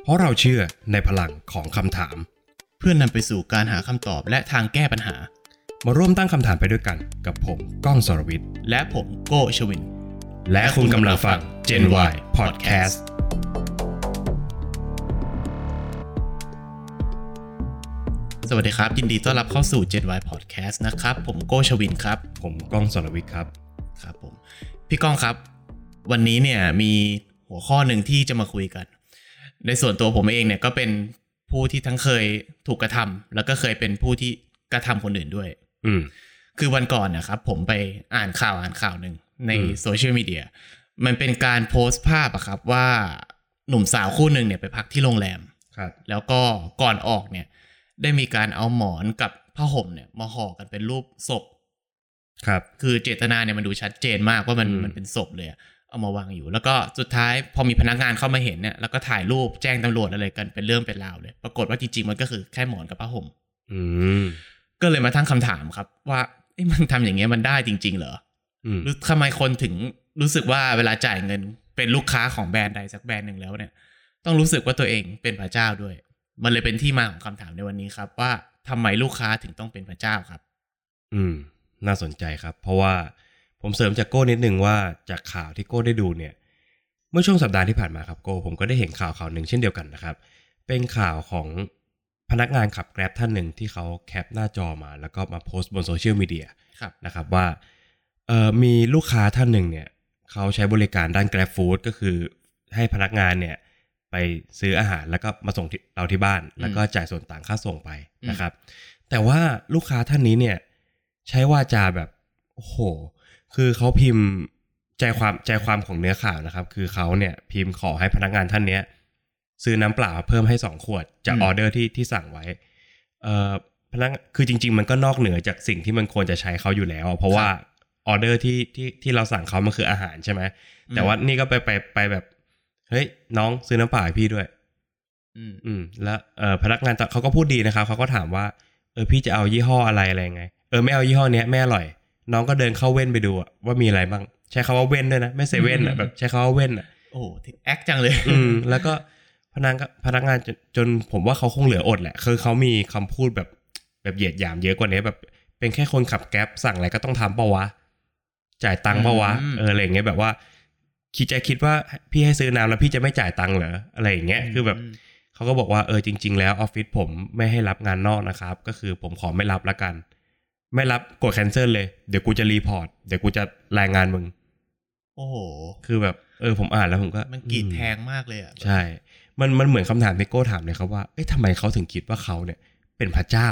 เพราะเราเชื่อในพลังของคำถามเพื่อนนำไปสู่การหาคำตอบและทางแก้ปัญหามาร่วมตั้งคำถามไปด้วยกันกับผมก้องสรวิทย์และผมโก้ชวินและคุณกำลังฟัง Gen Y Podcast สวัสดีครับยินดีต้อนรับเข้าสู่ Gen Y Podcast นะครับผมโก้ชวินครับผมก้องสรวิทย์ครับครับผมพี่ก้องครับวันนี้เนี่ยมีหัวข้อหนึ่งที่จะมาคุยกันในส่วนตัวผมเองเนี่ยก็เป็นผู้ที่ทั้งเคยถูกกระทำแล้วก็เคยเป็นผู้ที่กระทำคนอื่นด้วยคือวันก่อนนะครับผมไปอ่านข่าวหนึ่งในโซเชียลมีเดียมันเป็นการโพสต์ภาพอะครับว่าหนุ่มสาวคู่หนึ่งเนี่ยไปพักที่โรงแรมแล้วก็ก่อนออกเนี่ยได้มีการเอาหมอนกับผ้าห่มเนี่ยมาห่อกันเป็นรูปศพครับคือเจตนาเนี่ยมันดูชัดเจนมากว่ามันเป็นศพเลยเอามาวางอยู่แล้วก็สุดท้ายพอมีพนักงานเข้ามาเห็นเนี่ยแล้วก็ถ่ายรูปแจ้งตำรวจอะไรกันเป็นเรื่องเป็นราวเลยปรากฏว่าจริงๆมันก็คือแค่หมอนกับผ้าห่มก็เลยมาตั้งคำถามครับว่ามันทำอย่างเงี้ยมันได้จริงๆเหรอหรือทำไมคนถึงรู้สึกว่าเวลาจ่ายเงินเป็นลูกค้าของแบรนด์ใดสักแบรนด์หนึ่งแล้วเนี่ยต้องรู้สึกว่าตัวเองเป็นพระเจ้าด้วยมันเลยเป็นที่มาของคำถามในวันนี้ครับว่าทำไมลูกค้าถึงต้องเป็นพระเจ้าครับน่าสนใจครับเพราะว่าผมเสริมจากโก้นิดนึงว่าจากข่าวที่โก้ได้ดูเนี่ยเมื่อช่วงสัปดาห์ที่ผ่านมาครับโก้ผมก็ได้เห็นข่าวหนึ่งเช่นเดียวกันนะครับเป็นข่าวของพนักงานขับ Grab ท่านหนึ่งที่เขาแคปหน้าจอมาแล้วก็มาโพสต์บนโซเชียลมีเดียนะครับว่ามีลูกค้าท่านหนึ่งเนี่ยเขาใช้บริการด้าน Grab Food ก็คือให้พนักงานเนี่ยไปซื้ออาหารแล้วก็มาส่งเราที่บ้านแล้วก็จ่ายส่วนต่างค่าส่งไปนะครับแต่ว่าลูกค้าท่านนี้เนี่ยใช้วาจาแบบโอ้โหคือเขาพิมพ์ใจความของเนื้อข่าวนะครับคือเขาเนี่ยพิมพ์ขอให้พนักงานท่านเนี้ยซื้อน้ำเปล่าเพิ่มให้2 ขวดจากออเดอร์ที่สั่งไว้คือจริงๆมันก็นอกเหนือจากสิ่งที่มันควรจะใช้เขาอยู่แล้วเพราะว่าออเดอร์ที่เราสั่งเขามันคืออาหารใช่ไหมแต่ว่านี่ก็ไปแบบเฮ้ยน้องซื้อน้ำเปล่าให้พี่ด้วยแล้วพนักงานเขาก็พูดดีนะครับเขาก็ถามว่าพี่จะเอายี่ห้ออะไรไงไม่เอายี่ห้อเนี้ยไม่อร่อยน้องก็เดินเข้าเว่นไปดูว่ามีอะไรบ้างใช้คำว่าเว่นด้วยนะไม่เซเว่นแบบใช้คำว่าเว่นโอ้แอคจังเลยแล้วก็พนักงานจนผมว่าเขาคงเหลืออดแหละคือเขามีคำพูดแบบเหยียดหยามเยอะกว่านี้แบบเป็นแค่คนขับแก๊ปสั่งอะไรก็ต้องทำเปล่าวะจ่ายตังค์เปล่าวะอะไรอย่างเงี้ยแบบว่าคิดว่าพี่ให้ซื้อน้ำแล้วพี่จะไม่จ่ายตังค์เหรออะไรอย่างเงี้ยคือแบบเขาก็บอกว่าจริงๆแล้วออฟฟิศผมไม่ให้รับงานนอกนะครับก็คือผมขอไม่รับละกันไม่รับกดแคนเซิลเลยเดี๋ยวกูจะรีพอร์ตเดี๋ยวกูจะรายงานมึงโอ้โหคือแบบผมอ่านแล้วผมก็มันกรีดแทงมากเลยใช่มันเหมือนคำถามที่โก้ถามเลยครับว่าทำไมเขาถึงคิดว่าเขาเนี่ยเป็นพระเจ้า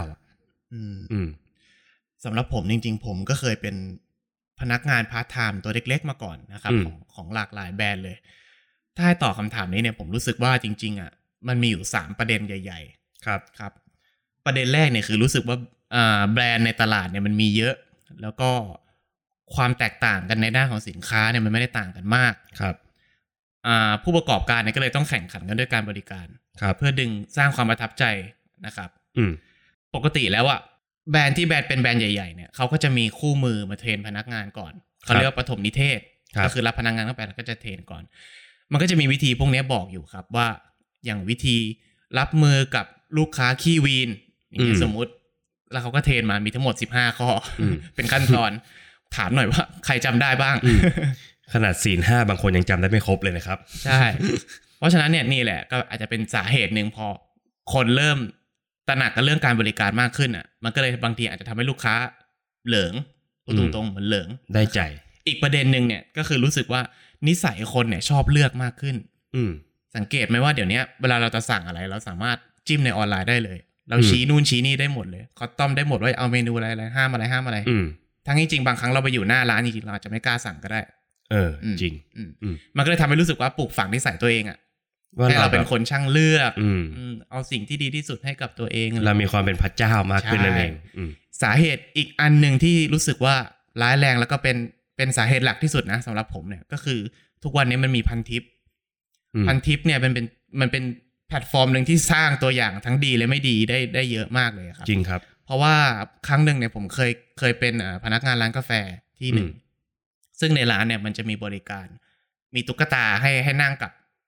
สำหรับผมจริงๆผมก็เคยเป็นพนักงานพาร์ทไทม์ตัวเล็กๆมาก่อนนะครับของหลากหลายแบรนด์เลยถ้าให้ตอบคำถามนี้เนี่ยผมรู้สึกว่าจริงๆมันมีอยู่3ประเด็นใหญ่ๆครับประเด็นแรกเนี่ยคือรู้สึกว่าแบรนด์ในตลาดเนี่ยมันมีเยอะแล้วก็ความแตกต่างกันในด้านของสินค้าเนี่ยมันไม่ได้ต่างกันมากครับผู้ประกอบการเนี่ยก็เลยต้องแข่งขันกันด้วยการบริการเพื่อดึงสร้างความประทับใจนะครับปกติแล้วแบรนด์เป็นแบรนด์ใหญ่ๆเนี่ยเขาก็จะมีคู่มือมาเทรนพนักงานก่อนเขาเรียกว่าปฐมนิเทศก็คือรับพนักงานเข้าไปแล้วก็จะเทรนก่อนมันก็จะมีวิธีพวกนี้บอกอยู่ครับว่าอย่างวิธีรับมือกับลูกค้าขี้วีนอย่างนี้สมมุติแล้วเขาก็เทรนมามีทั้งหมด15ข้อเป็นขั้นตอนถามหน่อยว่าใครจำได้บ้างขนาดศีล 5บางคนยังจำได้ไม่ครบเลยนะครับใช่เพราะฉะนั้นเนี่ยนี่แหละก็อาจจะเป็นสาเหตุหนึ่งพอคนเริ่มตระหนักกับเรื่องการบริการมากขึ้นมันก็เลยบางทีอาจจะทำให้ลูกค้าเหลิงตรงๆเหมือนเหลิงได้ใจอีกประเด็นนึงเนี่ยก็คือรู้สึกว่านิสัยคนเนี่ยชอบเลือกมากขึ้นสังเกตไหมว่าเดี๋ยวนี้เวลาเราจะสั่งอะไรเราสามารถจิ้มในออนไลน์ได้เลยเราชี้นู่นชี้นี่ได้หมดเลยคอสตอมได้หมดว่าเอาเมนูอะไรห้ามอะไรทั้งจริงๆบางครั้งเราไปอยู่หน้าร้านจริงๆเราอาจจะไม่กล้าสั่งก็ได้จริงมันก็เลยทำให้รู้สึกว่าปลูกฝังนิสัยตัวเองให้เราเป็นคนช่างเลือกเอาสิ่งที่ดีที่สุดให้กับตัวเองเรามีความเป็นพระเจ้ามากขึ้นนั่นเองสาเหตุอีกอันนึงที่รู้สึกว่าร้ายแรงแล้วก็เป็นสาเหตุหลักที่สุดนะสำหรับผมเนี่ยก็คือทุกวันนี้มันมีพันทิปเนี่ยมันเป็นแพลตฟอร์มนึงที่สร้างตัวอย่างทั้งดีและไม่ดีได้เยอะมากเลยครับจริงครับเพราะว่าครั้งหนึ่งเนี่ยผมเคยเป็นพนักงานร้านกาแฟที่หนึ่งซึ่งในร้านเนี่ยมันจะมีบริการมีตุ๊กตาให้นั่งกับ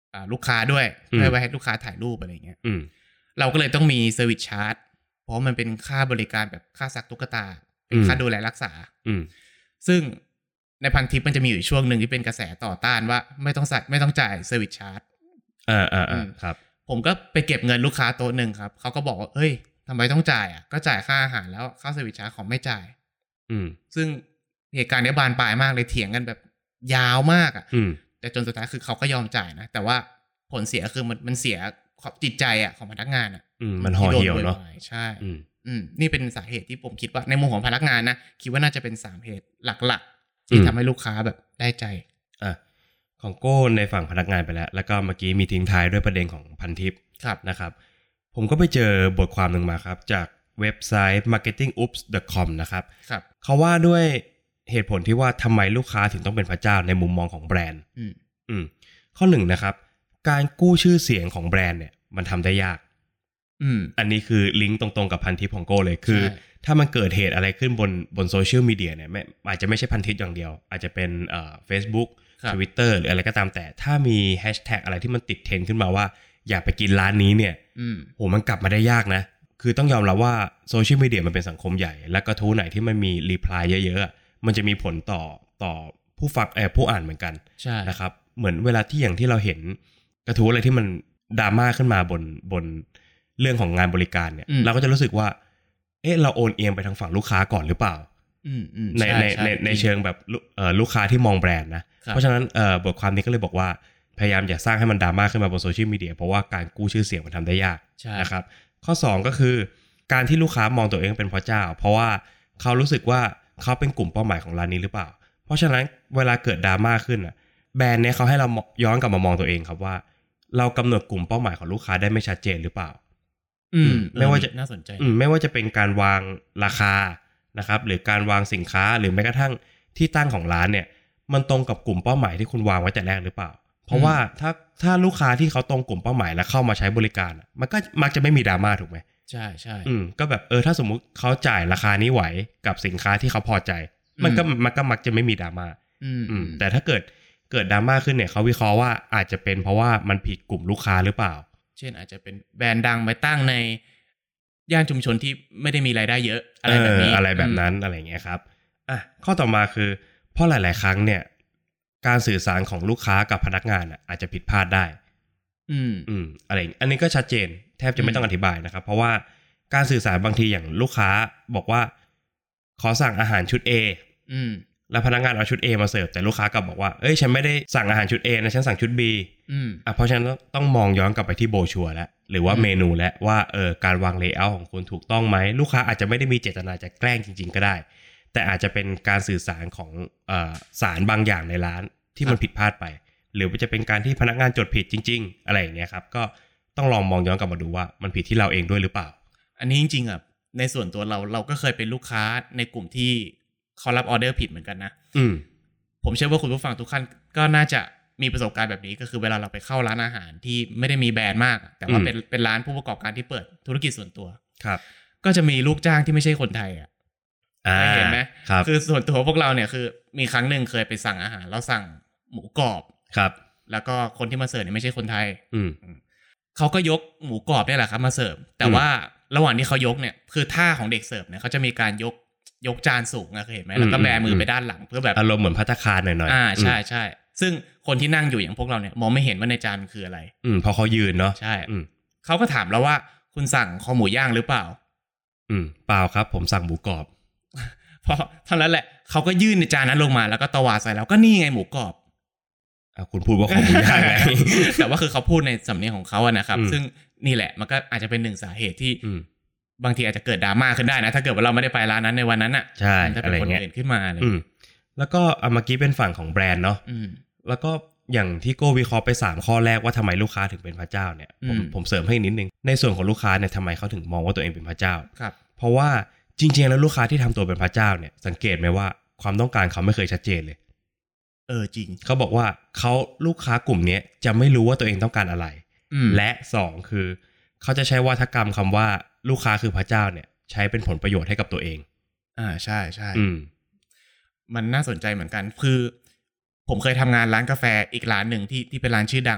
ลูกค้าด้วยเพื่อไว้ให้ลูกค้าถ่ายรูปอะไรเงี้ยเราก็เลยต้องมีเซอร์วิสชาร์จเพราะมันเป็นค่าบริการแบบค่าซักตุ๊กตาเป็นค่าดูแลรักษาซึ่งในพันทิปมันจะมีอยู่ช่วงหนึ่งที่เป็นกระแสต่อต้านว่าไม่ต้องจ่ายเซอร์วิสชาร์จครับผมก็ไปเก็บเงินลูกค้าโต๊ะนึงครับเขาก็บอกว่าเอ้ยทำไมต้องจ่ายก็จ่ายค่าอาหารแล้วค่าเซอร์วิสชาร์จของไม่จ่ายซึ่งเหตุการณ์นี้บานปลายมากเลยเถียงกันแบบยาวมากแต่จนสุดท้ายคือเขาก็ยอมจ่ายนะแต่ว่าผลเสียคือมันเสียจิตใจของพนักงานมันห่อเหี่ยวเนาะใช่นี่เป็นสาเหตุที่ผมคิดว่าในมุมของพนักงานนะคิดว่าน่าจะเป็น3เหตุหลักๆที่ทำให้ลูกค้าแบบได้ใจของโก้ในฝั่งพนักงานไปแล้วก็เมื่อกี้มีทิ้งท้ายด้วยประเด็นของพันทิปนะครับผมก็ไปเจอบทความหนึ่งมาครับจากเว็บไซต์ marketingoops.com นะครับเขาว่าด้วยเหตุผลที่ว่าทำไมลูกค้าถึงต้องเป็นพระเจ้าในมุมมองของแบรนด์ข้อหนึ่งนะครับการกู้ชื่อเสียงของแบรนด์เนี่ยมันทำได้ยากอันนี้คือลิงก์ตรงๆกับพันทิปของโก้เลยคือถ้ามันเกิดเหตุอะไรขึ้นบนโซเชียลมีเดียเนี่ยอาจจะไม่ใช่พันทิปอย่างเดียวอาจจะเป็นFacebook Twitter หรืออะไรก็ตามแต่ถ้ามีแฮชแท็กอะไรที่มันติดเทรนด์ขึ้นมาว่าอยากไปกินร้านนี้เนี่ยโหมันกลับมาได้ยากนะคือต้องยอมรับว่าโซเชียลมีเดียมันเป็นสังคมใหญ่และกระทู้ไหนที่มันมีรีプライเยอะๆมันจะมีผลต่อผู้ฟังผู้อ่านเหมือนกันนะครับเหมือนเวลาที่อย่างที่เราเห็นกระทู้อะไรที่มันดราม่าขึ้นมาบนเรื่องของงานบริการเนี่ยเราก็จะรู้สึกว่าเราโอนเอียงไปทางฝั่งลูกค้าก่อนหรือเปล่าในเชิงแบบลูกค้าที่มองแบรนด์นะเพราะฉะนั้นบทความนี้ก็เลยบอกว่าพยายามอย่าสร้างให้มันดราม่าขึ้นมาบนโซเชียลมีเดียเพราะว่าการกู้ชื่อเสียงมันทำได้ยากนะครับข้อ2ก็คือการที่ลูกค้ามองตัวเองเป็นพระเจ้าเพราะว่าเขารู้สึกว่าเขาเป็นกลุ่มเป้าหมายของร้านนี้หรือเปล่าเพราะฉะนั้นเวลาเกิดดราม่าขึ้นแบรนด์เนี่ยเขาให้เราย้อนกลับมามองตัวเองครับว่าเรากำหนดกลุ่มเป้าหมายของลูกค้าได้ไม่ชัดเจนหรือเปล่าไม่ว่าจะน่าสนใจไม่ว่าจะเป็นการวางราคานะครับหรือการวางสินค้าหรือแม้กระทั่งที่ตั้งของร้านเนี่ยมันตรงกับกลุ่มเป้าหมายที่คุณวางไว้แต่แรกหรือเปล่าเพราะว่าถ้าลูกค้าที่เขาตรงกลุ่มเป้าหมายแล้วเข้ามาใช้บริการมันก็มักจะไม่มีดราม่าถูกไหมใช่ใช่ก็แบบถ้าสมมุติเขาจ่ายราคานี้ไหวกับสินค้าที่เขาพอใจมันก็มักจะไม่มีดราม่าแต่ถ้าเกิดดราม่าขึ้นเนี่ยเขาวิเคราะห์ว่าอาจจะเป็นเพราะว่ามันผิดกลุ่มลูกค้าหรือเปล่าเช่นอาจจะเป็นแบรนด์ดังไปตั้งในย่านชุมชนที่ไม่ได้มีรายได้เยอะอะไรแบบนี้อะไรแบบนั้นอะไรอย่างเงี้ยครับข้อต่อมาคือเพราะหลายๆครั้งเนี่ยการสื่อสารของลูกค้ากับพนักงานอาจจะผิดพลาดได้อะไรอันนี้ก็ชัดเจนแทบจะไม่ต้องอธิบายนะครับเพราะว่าการสื่อสารบางทีอย่างลูกค้าบอกว่าขอสั่งอาหารชุด A แล้วพนักงานเอาชุด A มาเสิร์ฟแต่ลูกค้ากลับบอกว่าฉันไม่ได้สั่งอาหารชุด A นะฉันสั่งชุด B เพราะฉะนั้นต้องมองย้อนกลับไปที่โบรชัวร์แล้วหรือว่าเมนูแล้วว่าการวางเลเยอร์ของคุณถูกต้องไหมลูกค้าอาจจะไม่ได้มีเจตนาจะแกล้งจริงๆก็ได้แต่อาจจะเป็นการสื่อสารของสารบางอย่างในร้านที่มันผิดพลาดไปหรือจะเป็นการที่พนักงานจดผิดจริงๆอะไรอย่างเงี้ยครับก็ต้องลองมองย้อนกลับมาดูว่ามันผิดที่เราเองด้วยหรือเปล่าอันนี้จริงๆในส่วนตัวเราก็เคยเป็นลูกค้าในกลุ่มที่เขารับออเดอร์ผิดเหมือนกันนะผมเชื่อว่าคุณผู้ฟังทุกท่านก็น่าจะมีประสบการณ์แบบนี้ก็คือเวลาเราไปเข้าร้านอาหารที่ไม่ได้มีแบรนด์มากแต่ว่าเป็นร้านผู้ประกอบการที่เปิดธุรกิจส่วนตัวครับก็จะมีลูกจ้างที่ไม่ใช่คนไทยเห็นไหมคือส่วนตัวพวกเราเนี่ยคือมีครั้งหนึ่งเคยไปสั่งอาหารแล้วสั่งหมูกรอบครับแล้วก็คนที่มาเสิร์ฟเนี่ยไม่ใช่คนไทยเขาก็ยกหมูกรอบนี่แหละครับมาเสิร์ฟแต่ว่าระหว่างที่เขายกเนี่ยคือท่าของเด็กเสิร์ฟเนี่ยเขาจะมีการยกจานสูงเคยเห็นไหมแล้วก็แบมือไปด้านหลังเพื่อแบบอารมณ์เหมือนภัตตาคารหน่อยๆใช่ใช่ซึ่งคนที่นั่งอยู่อย่างพวกเราเนี่ยมองไม่เห็นว่าในจานคืออะไรเพราะเขายืนเนาะใช่เขาก็ถามเราว่าคุณสั่งคอหมูย่างหรือเปล่าเปล่าครับผมสั่งหมูกรอบพอเท่านั้นแหละเขาก็ยื่นในจานนั้นลงมาแล้วก็ตวาดใส่เราก็นี่ไงหมูกรอบคุณพูดว่าคอหมูย่างไงแต่ว่าคือเขาพูดในสำเนียงของเขาอะนะครับซึ่งนี่แหละมันก็อาจจะเป็นหนึ่งสาเหตุที่บางทีอาจจะเกิดดราม่าขึ้นได้นะถ้าเกิดว่าเราไม่ได้ไปร้านนั้นในวันนั้นใช่จะเป็นคนอื่นขึ้นมาอะไรแล้วก็เมื่อกี้เป็นฝั่งของแบรนด์เนาะแล้วก็อย่างที่โก้วิเคราะห์ไป3ข้อแรกว่าทำไมลูกค้าถึงเป็นพระเจ้าเนี่ยผมเสริมให้นิดนึงในส่วนของลูกค้าเนี่ยทำไมเขาถึงมองว่าตัวเองเป็นพระเจ้าเพราะว่าจริงๆแล้วลูกค้าที่ทำตัวเป็นพระเจ้าเนี่ยสังเกตไหมว่าความต้องการเขาไม่เคยชัดเจนเลยจริงเขาบอกว่าลูกค้ากลุ่มนี้จะไม่รู้ว่าตัวเองต้องการอะไรและ2คือเขาจะใช้วาทกรรมคำว่าลูกค้าคือพระเจ้าเนี่ยใช้เป็นผลประโยชน์ให้กับตัวเองใช่ใช่มันน่าสนใจเหมือนกันคือผมเคยทำงานร้านกาแฟอีกร้านหนึ่งที่เป็นร้านชื่อดัง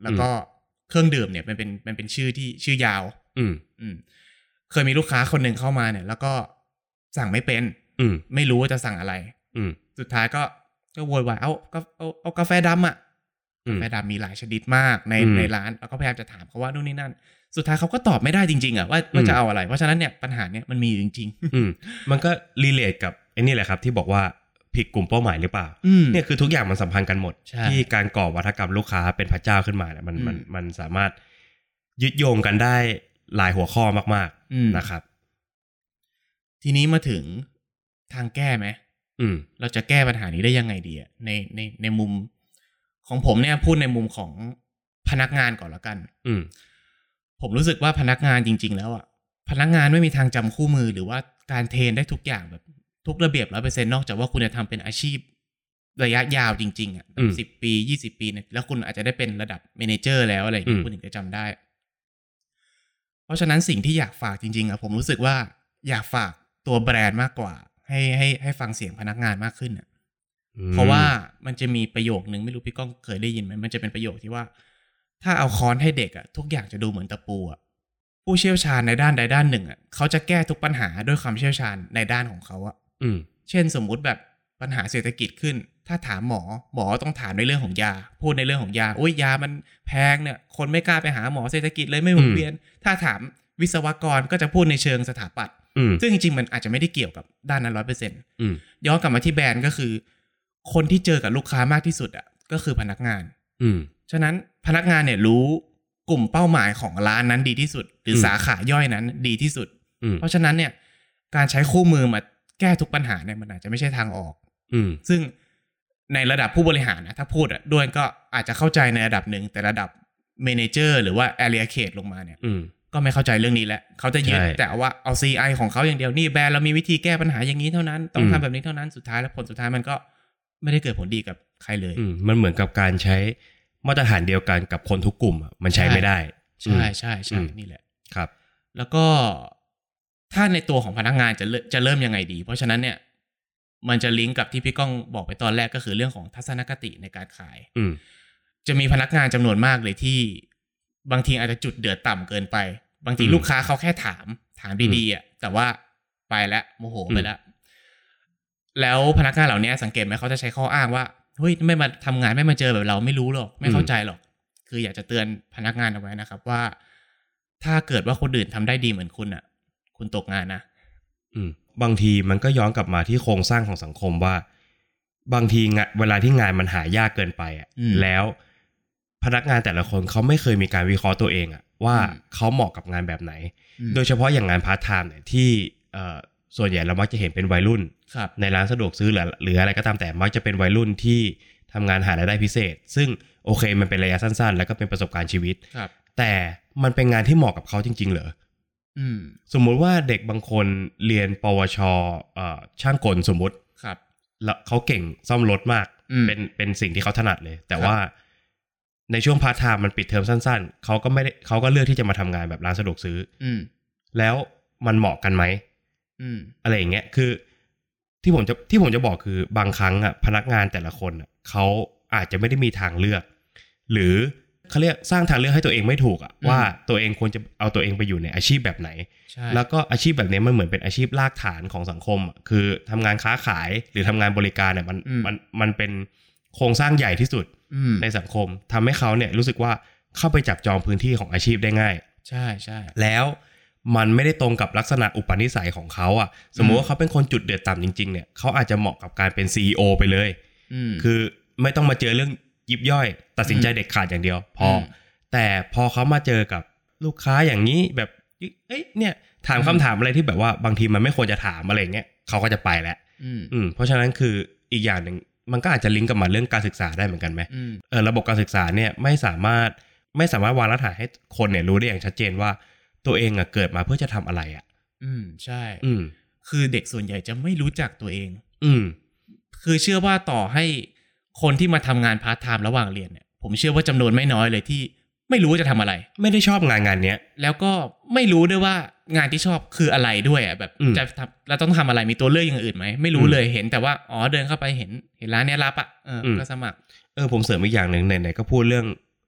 แล้วก็เครื่องดื่มเนี่ยมันเป็นชื่อที่ชื่อยาวเคยมีลูกค้าคนหนึ่งเข้ามาเนี่ยแล้วก็สั่งไม่เป็นไม่รู้ว่าจะสั่งอะไรสุดท้ายก็โวยวายเอากาแฟดำอ่ะกาแฟดำมีหลายชนิดมากในร้านแล้วก็พยายามจะถามเขาว่านู่นนี่นั่นสุดท้ายเขาก็ตอบไม่ได้จริงๆอ่ะว่าจะเอาอะไรเพราะฉะนั้นเนี่ยปัญหาเนี่ยมันมีจริงๆมันก็รีเลทกับไอ้นี่แหละครับที่บอกว่าผิดกลุ่มเป้าหมายหรือเปล่าเนี่ยคือทุกอย่างมันสัมพันธ์กันหมดที่การก่อวัฒกรรมลูกค้าเป็นพระเจ้าขึ้นมาเนี่ยมันสามารถยึดโยงกันได้หลายหัวข้อมากๆนะครับทีนี้มาถึงทางแก้ไหมเราจะแก้ปัญหานี้ได้ยังไงดีอ่ะในมุมของผมเนี่ยพูดในมุมของพนักงานก่อนละกันผมรู้สึกว่าพนักงานจริงๆแล้วอ่ะพนักงานไม่มีทางจำคู่มือหรือว่าการเทรนได้ทุกอย่างแบบทุกระเบียบ 100% นอกจากว่าคุณจะทำเป็นอาชีพระยะยาวจริงๆอ่ะ10 ปี20 ปีเนี่ยแล้วคุณอาจจะได้เป็นระดับเมเนเจอร์แล้วอะไรอย่างเงี้ยคุณถึงจะจำได้เพราะฉะนั้นสิ่งที่อยากฝากจริงๆอ่ะผมรู้สึกว่าอยากฝากตัวแบรนด์มากกว่าให้ฟังเสียงพนักงานมากขึ้นอ่ะเพราะว่ามันจะมีประโยคนึงไม่รู้พี่ก้องเคยได้ยินไหมมันจะเป็นประโยคที่ว่าถ้าเอาค้อนให้เด็กอ่ะทุกอย่างจะดูเหมือนตะปูอ่ะผู้เชี่ยวชาญในด้านใดด้านหนึ่งอ่ะเขาจะแก้ทุกปัญหาด้วยความเชี่ยวชาญในด้านของเขาอ่ะเช่นสมมุติแบบปัญหาเศรษฐกิจขึ้นถ้าถามหมอต้องถามในเรื่องของยาพูดในเรื่องของยาโอ้ยยามันแพงเนี่ยคนไม่กล้าไปหาหมอเศรษฐกิจเลยไม่หมุนเวียนถ้าถามวิศวกรก็จะพูดในเชิงสถาปัตย์ซึ่งจริงๆมันอาจจะไม่ได้เกี่ยวกับด้านนั้น 100% ย้อนกลับมาที่แบรนด์ก็คือคนที่เจอกับลูกค้ามากที่สุดอ่ะก็คือพนักงานฉะนั้นพนักงานเนี่ยรู้กลุ่มเป้าหมายของร้านนั้นดีที่สุดหรือสาขาย่อยนั้นดีที่สุดเพราะฉะนั้นเนี่ยการใช้คู่มือมาแก้ทุกปัญหาเนี่ยมันอาจจะไม่ใช่ทางออกซึ่งในระดับผู้บริหารนะถ้าพูดด้วยก็อาจจะเข้าใจในระดับหนึ่งแต่ระดับเมเนเจอร์หรือว่าแอเรียเคทลงมาเนี่ยก็ไม่เข้าใจเรื่องนี้แหละเขาจะยึดแต่ว่าเอา CI ของเขาอย่างเดียวนี่แบรนด์เรามีวิธีแก้ปัญหาอย่างนี้เท่านั้นต้องทำแบบนี้เท่านั้นสุดท้ายแล้วผลสุดท้ายมันก็ไม่ได้เกิดผลดีกับใครเลยมันเหมือนกับการใช้มาตรฐานเดียวกันกับคนทุกกลุ่มมันใช้ไม่ได้ใช่นี่แหละครับแล้วก็ถ้าในตัวของพนักงานจะเริ่มยังไงดีเพราะฉะนั้นเนี่ยมันจะลิงก์กับที่พี่ก้องบอกไปตอนแรกก็คือเรื่องของทัศนคติในการขายจะมีพนักงานจำนวนมากเลยที่บางทีอาจจะจุดเดือดต่ำเกินไปบางทีลูกค้าเขาแค่ถามดีๆอ่ะแต่ว่าไปแล้วโมโหไปแล้วพนักงานเหล่านี้สังเกตไหมเขาจะใช้ข้ออ้างว่าเฮ้ยไม่มาทำงานไม่มาเจอแบบเราไม่รู้หรอกไม่เข้าใจหรอกคืออยากจะเตือนพนักงานเอาไว้นะครับว่าถ้าเกิดว่าคนอื่นทำได้ดีเหมือนคุณอ่ะคุณตกงานนะบางทีมันก็ย้อนกลับมาที่โครงสร้างของสังคมว่าบางทีเวลาที่งานมันหายากเกินไปอ่ะแล้วพนักงานแต่ละคนเขาไม่เคยมีการวิเคราะห์ตัวเองอ่ะว่าเขาเหมาะกับงานแบบไหนโดยเฉพาะอย่างงานพาร์ทไทม์เนี่ยที่ส่วนใหญ่เรามักจะเห็นเป็นวัยรุ่นในร้านสะดวกซื้อหรืออะไรก็ตามแต่มักจะเป็นวัยรุ่นที่ทำงานหารายได้พิเศษซึ่งโอเคมันเป็นระยะสั้นๆแล้วก็เป็นประสบการณ์ชีวิตแต่มันเป็นงานที่เหมาะกับเขาจริงๆเหรอสมมุติว่าเด็กบางคนเรียนปวชช่างกลสมมุติแล้วเขาเก่งซ่อมรถมากเป็นสิ่งที่เขาถนัดเลยแต่ว่าในช่วงพาร์ทไทม์มันปิดเทอมสั้นๆเขาก็เลือกที่จะมาทำงานแบบร้านสะดวกซื้อแล้วมันเหมาะกันไหมอะไรอย่างเงี้ยคือที่ผมจะบอกคือบางครั้งอ่ะพนักงานแต่ละคนอ่ะเขาอาจจะไม่ได้มีทางเลือกหรือเขาเรียกสร้างทางเลือกให้ตัวเองไม่ถูกอ่ะว่าตัวเองควรจะเอาตัวเองไปอยู่ในอาชีพแบบไหนแล้วก็อาชีพแบบนี้มันเหมือนเป็นอาชีพรากฐานของสังคมอ่ะคือทำงานค้าขายหรือทำงานบริการเนี่ยมันเป็นโครงสร้างใหญ่ที่สุดในสังคมทำให้เขาเนี่ยรู้สึกว่าเข้าไปจับจองพื้นที่ของอาชีพได้ง่ายใช่แล้วมันไม่ได้ตรงกับลักษณะอุปนิสัยของเขาอ่ะสมมุติว่าเขาเป็นคนจุดเดือดต่ำจริงๆเนี่ยเขาอาจจะเหมาะกับการเป็น CEO ไปเลยคือไม่ต้องมาเจอเรื่องยิบย่อยตัดสินใจเด็ดขาดอย่างเดียวพอแต่พอเขามาเจอกับลูกค้าอย่างนี้แบบเนี่ยถามคำถามอะไรที่แบบว่าบางทีมันไม่ควรจะถามอะไรเงี้ยเขาก็จะไปแล้วเพราะฉะนั้นคืออีกอย่างหนึ่งมันก็อาจจะลิงก์กับมาเรื่องการศึกษาได้เหมือนกันไหมระบบการศึกษาเนี่ยไม่สามารถวางรากฐานให้คนเนี่ยรู้ได้อย่างชัดเจนว่าตัวเองเกิดมาเพื่อจะทำอะไรใช่คือเด็กส่วนใหญ่จะไม่รู้จักตัวเองคือเชื่อว่าต่อให้คนที่มาทำงานพาร์ทไทม์ระหว่างเรียนเนี่ยผมเชื่อว่าจำนวนไม่น้อยเลยที่ไม่รู้ว่าจะทำอะไรไม่ได้ชอบงานเนี้ยแล้วก็ไม่รู้ด้วยว่างานที่ชอบคืออะไรด้วยแบบจะทำเราต้องทำอะไรมีตัวเลือกอย่างอื่นไหมไม่รู้เลยเห็นแต่ว่าเดินเข้าไปเห็นร้านนี้รับก็สมัครผมเสริมอีกอย่างหนึ่งไหนๆก็พูดเรื่อง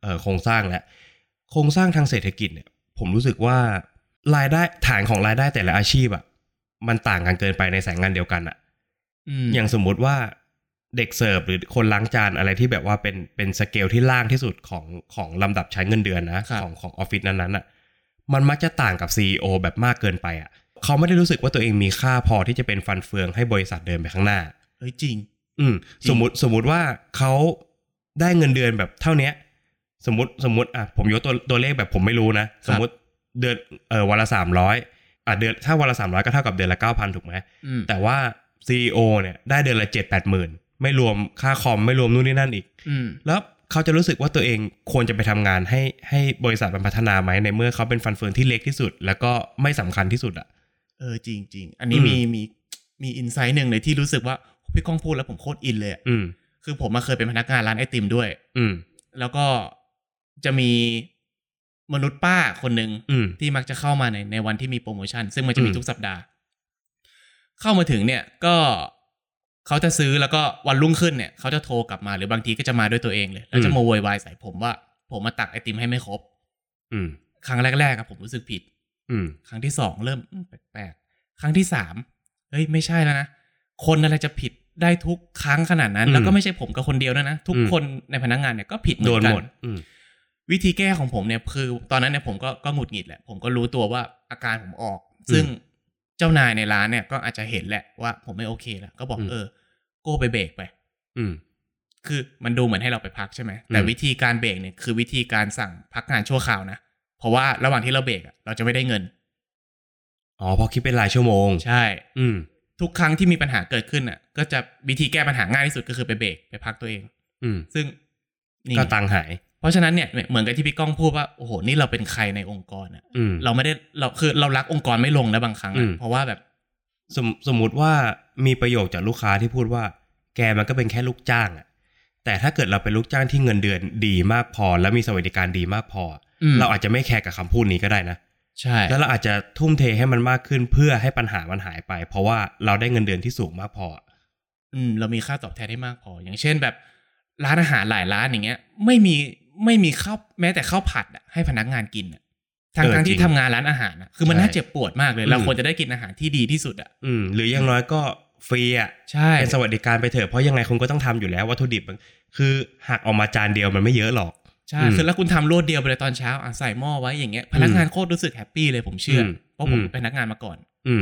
โครงสร้างและโครงสร้างทางเศรษฐกิจเนี่ยผมรู้สึกว่ารายได้ฐานของรายได้แต่ละอาชีพอ่ะมันต่างกันเกินไปในสายงานเดียวกันอ่ะอย่างสมมุติว่าเด็กเสิร์ฟหรือคนล้างจานอะไรที่แบบว่าเป็นสเกลที่ล่างที่สุดของลำดับใช้เงินเดือนนะของออฟฟิศนั้นๆอ่ะมันมักจะต่างกับ CEO แบบมากเกินไปอ่ะเขาไม่ได้รู้สึกว่าตัวเองมีค่าพอที่จะเป็นฟันเฟืองให้บริษัทเดินไปข้างหน้าจริงสมมุติว่าเขาได้เงินเดือนแบบเท่านี้สมมติผมยกตัวเลขแบบผมไม่รู้นะสมมติเดือนวันละ300เดือนถ้าวันละ300ก็เท่ากับเดือนละ 9,000 ถูกไหมแต่ว่า CEO เนี่ยได้เดือนละ 7-8 หมื่นไม่รวมค่าคอมไม่รวมนู่นนี่นั่นอีกแล้วเขาจะรู้สึกว่าตัวเองควรจะไปทำงานให้บริษัทมันพัฒนาไหมในเมื่อเขาเป็นฟันเฟืองที่เล็กที่สุดแล้วก็ไม่สำคัญที่สุดอ่ะจริงๆอันนี้มีอินไซต์หนึ่งเลยที่รู้สึกว่าพี่ก้องพูดแล้วผมโคตรอินเลยคือผมมาเคยเป็นพนักงานร้านไอติมด้วยแล้วก็จะมีมนุษย์ป้าคนหนึ่งที่มักจะเข้ามาในวันที่มีโปรโมชั่นซึ่งมันจะมีทุกสัปดาห์เข้ามาถึงเนี่ยก็เขาจะซื้อแล้วก็วันรุ่งขึ้นเนี่ยเขาจะโทรกลับมาหรือบางทีก็จะมาด้วยตัวเองเลยแล้วจะมาโวยวายใส่ผมว่าผมมาตักไอติมให้ไม่ครบครั้งแรกๆผมรู้สึกผิดครั้งที่2เริ่มแปลกๆครั้งที่3เฮ้ยไม่ใช่แล้วนะคนอะไรจะผิดได้ทุกครั้งขนาดนั้นแล้วก็ไม่ใช่ผมกับคนเดียวนะทุกคนในพนักงานเนี่ยก็ผิดเหมือนกันวิธีแก้ของผมเนี่ยคือตอนนั้นเนี่ยผมก็หงุดหงิดแหละผมก็รู้ตัวว่าอาการผมออกซึ่งเจ้านายในร้านเนี่ยก็อาจจะเห็นแหละว่าผมไม่โอเคแล้วก็บอกโก้ไปเบรกไปคือมันดูเหมือนให้เราไปพักใช่ไหมแต่วิธีการเบรกเนี่ยคือวิธีการสั่งพักงานชั่วคราวนะเพราะว่าระหว่างที่เราเบรกเราจะไม่ได้เงินพอคิดเป็นรายชั่วโมงใช่ทุกครั้งที่มีปัญหาเกิดขึ้นก็จะวิธีแก้ปัญหาง่ายที่สุดก็คือไปเบรกไปพักตัวเองซึ่งก็ตังหายเพราะฉะนั้นเนี่ยเหมือนกับที่พี่ก้องพูดว่าโอ้โหนี่เราเป็นใครในองค์กรเราไม่ได้คือเรารักองค์กรไม่ลงนะบางครั้งเพราะว่าแบบสมมุติว่ามีประโยคจากลูกค้าที่พูดว่าแกมันก็เป็นแค่ลูกจ้างแต่ถ้าเกิดเราเป็นลูกจ้างที่เงินเดือนดีมากพอและมีสวัสดิการดีมากพอเราอาจจะไม่แคร์กับคำพูดนี้ก็ได้นะใช่แล้วเราอาจจะทุ่มเทให้มันมากขึ้นเพื่อให้ปัญหามันหายไปเพราะว่าเราได้เงินเดือนที่สูงมากพอเรามีค่าตอบแทนที่มากพออย่างเช่นแบบร้านอาหารหลายร้านอย่างเงี้ยไม่มีข้าวแม้แต่ข้าวผัดให้พนักงานกินทั้งที่ทำงานร้านอาหารคือมันน่าเจ็บปวดมากเลยเราควรจะได้กินอาหารที่ดีที่สุดหรืออย่างน้อยก็ฟรีใช่เป็นสวัสดิการไปเถอะเพราะยังไงคุณก็ต้องทำอยู่แล้ววัตถุดิบคือหักออกมาจานเดียวมันไม่เยอะหรอกใช่คือแล้วคุณทำรวดเดียวไปเลยตอนเช้าใส่หม้อไว้อย่างเงี้ยพนักงานโคตรรู้สึกแฮปปี้เลยผมเชื่อเพราะผมเป็นพนักงานมาก่อน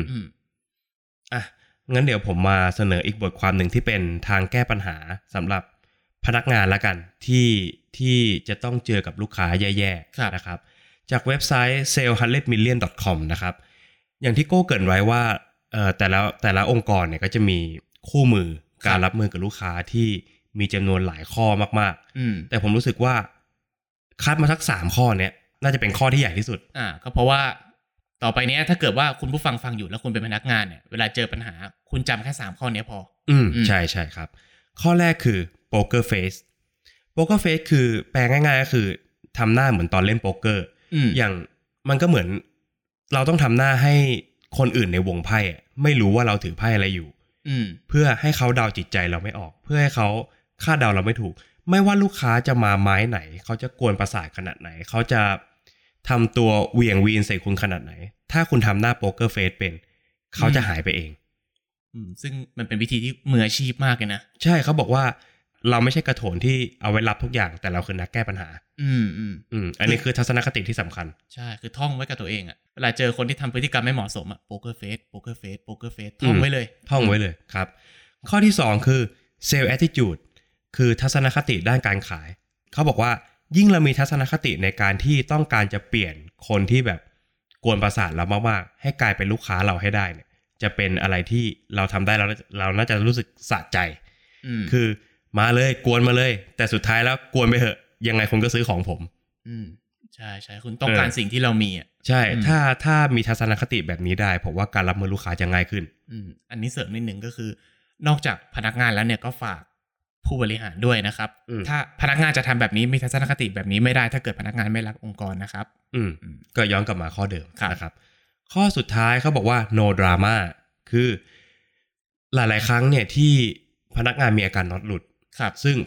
งั้นเดี๋ยวผมมาเสนออีกบทความหนึ่งที่เป็นทางแก้ปัญหาสำหรับพนักงานละกันที่จะต้องเจอกับลูกค้าแย่ๆนะครับจากเว็บไซต์ sale100million.com นะครับอย่างที่โก้เกริ่นไว้ว่าแต่ละองค์กรเนี่ยก็จะมีคู่มือการรับมือกับลูกค้าที่มีจำนวนหลายข้อมากๆแต่ผมรู้สึกว่าคัดมาสัก3ข้อเนี้ยน่าจะเป็นข้อที่ใหญ่ที่สุดก็เพราะว่าต่อไปเนี้ยถ้าเกิดว่าคุณผู้ฟังอยู่แล้วคุณเป็นพนักงานเนี่ยเวลาเจอปัญหาคุณจำแค่3ข้อนี้พอใช่ครับข้อแรกคือ poker face poker face คือแปลง่ายๆก็คือทำหน้าเหมือนตอนเล่นโป๊กเกอร์อย่างมันก็เหมือนเราต้องทำหน้าให้คนอื่นในวงไพ่ไม่รู้ว่าเราถือไพ่อะไรอยู่เพื่อให้เขาเดาจิตใจเราไม่ออกเพื่อให้เขาคาดเดาเราไม่ถูกไม่ว่าลูกค้าจะมาไม้ไหนเขาจะกวนประสาทขนาดไหนเขาจะทำตัวเหวี่ยงวีนใส่คุณขนาดไหนถ้าคุณทำหน้าโป๊กเกอร์เฟสเป็นเขาจะหายไปเองซึ่งมันเป็นวิธีที่มืออาชีพมากเลยนะใช่เขาบอกว่าเราไม่ใช่กระโถนที่เอาไว้รับทุกอย่างแต่เราคือนักแก้ปัญหาอันนี้คือทัศนคติที่สำคัญใช่คือท่องไว้กับตัวเองเวลาเจอคนที่ทำพฤติกรรมไม่เหมาะสมโป๊กเกอร์เฟสโป๊กเกอร์เฟสโป๊กเกอร์เฟสท่องไว้เลยครับข้อที่2คือ sales attitude คือทัศนคติด้านการขายเขาบอกว่ายิ่งเรามีทัศนคติในการที่ต้องการจะเปลี่ยนคนที่แบบกวนประสาทเรามากๆให้กลายเป็นลูกค้าเราให้ได้เนี่ยจะเป็นอะไรที่เราทำได้เราน่าจะรู้สึกสะใจคือมาเลยกวนมาเลยแต่สุดท้ายแล้วกวนไปเถอะยังไงคุณก็ซื้อของผมใช่คุณต้องการสิ่งที่เรามีใช่ถ้ามีทัศนคติแบบนี้ได้ผมว่าการรับมือลูกค้าจะง่ายขึ้นอันนี้เสริมนิดนึงก็คือนอกจากพนักงานแล้วเนี่ยก็ฝากผู้บริหารด้วยนะครับถ้าพนักงานจะทำแบบนี้มีทัศนคติแบบนี้ไม่ได้ถ้าเกิดพนักงานไม่รักองค์กรนะครับก็ย้อนกลับมาข้อเดิมนะครับข้อสุดท้ายเขาบอกว่า no drama คือหลายๆครั้งเนี่ยที่พนักงานมีอาการน็อตหลุดซึ่ง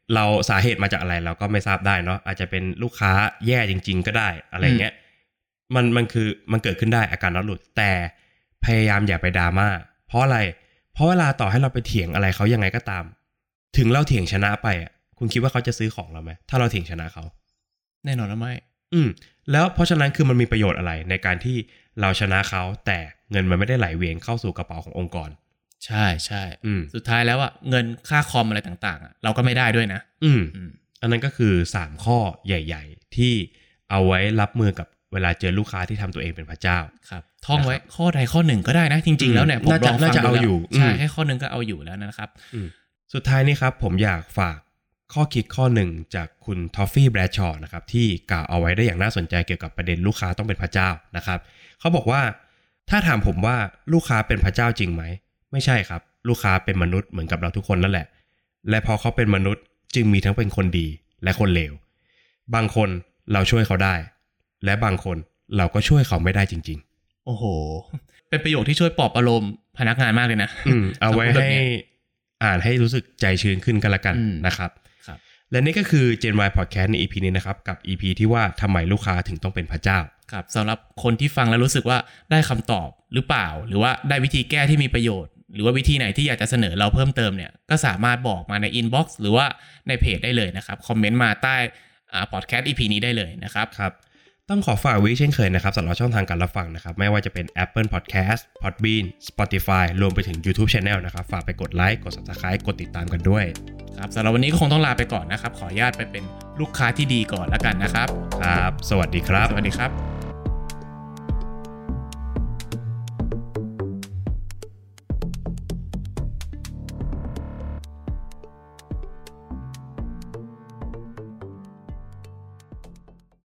เราสาเหตุมาจากอะไรเราก็ไม่ทราบได้เนาะอาจจะเป็นลูกค้าแย่จริงๆก็ได้อะไรเงี้ยมันคือมันเกิดขึ้นได้อาการน็อตหลุดแต่พยายามอย่าไปดราม่าเพราะอะไรเพราะเวลาต่อให้เราไปเถียงอะไรเขายังไงก็ตามถึงเราเถียงชนะไปอ่ะคุณคิดว่าเขาจะซื้อของเราไหมถ้าเราเถียงชนะเขาแน่นอนแล้วไม่แล้วเพราะฉะนั้นคือมันมีประโยชน์อะไรในการที่เราชนะเขาแต่เงินมันไม่ได้ไหลเวียนเข้าสู่กระเป๋าขององค์กรใช่ใช่สุดท้ายแล้วอ่ะเงินค่าคอมอะไรต่างๆอ่ะเราก็ไม่ได้ด้วยนะอันนั้นก็คือ3ข้อใหญ่ๆที่เอาไว้รับมือกับเวลาเจอลูกค้าที่ทำตัวเองเป็นพระเจ้าครับท่องไว้ข้อใดข้อหนึ่งก็ได้นะจริงๆแล้วเนี่ยผมลองฟังดูแล้วใช่แค่ข้อหนึ่งก็เอาอยู่แล้วนะครับสุดท้ายนี้ครับผมอยากฝากข้อคิดข้อหนึ่งจากคุณทอฟฟี่แบรดชอว์นะครับที่กล่าวเอาไว้ได้อย่างน่าสนใจเกี่ยวกับประเด็นลูกค้าต้องเป็นพระเจ้านะครับเขาบอกว่าถ้าถามผมว่าลูกค้าเป็นพระเจ้าจริงไหมไม่ใช่ครับลูกค้าเป็นมนุษย์เหมือนกับเราทุกคนนั่นแหละและพอเขาเป็นมนุษย์จึงมีทั้งเป็นคนดีและคนเลวบางคนเราช่วยเขาได้และบางคนเราก็ช่วยเขาไม่ได้จริงๆโอ้โหเป็นประโยคที่ช่วยปลอบอารมณ์พนักงานมากเลยนะเอาไว้ให้อ่านให้รู้สึกใจชื้นขึ้นกันละกันนะครับและนี่ก็คือ Gen Y Podcast ใน EP นี้นะครับกับ EP ที่ว่าทำไมลูกค้าถึงต้องเป็นพระเจ้าครับสำหรับคนที่ฟังแล้วรู้สึกว่าได้คำตอบหรือเปล่าหรือว่าได้วิธีแก้ที่มีประโยชน์หรือว่าวิธีไหนที่อยากจะเสนอเราเพิ่มเติมเนี่ยก็สามารถบอกมาใน inbox หรือว่าในเพจได้เลยนะครับคอมเมนต์มาใต้podcast EP นี้ได้เลยนะครับครับต้องขอฝากไว้เช่นเคยนะครับสำหรับช่องทางการรับฟังนะครับไม่ว่าจะเป็น Apple Podcast Podbean Spotify รวมไปถึง YouTube Channel นะครับฝากไปกดไลค์กด Subscribe กดติดตามกันด้วยครับสำหรับวันนี้ก็คงต้องลาไปก่อนนะครับขออนุญาตไปเป็นลูกค้าที่ดีก่อนแล้วกันนะครับครับสวัสดีครับสวัสดีครับ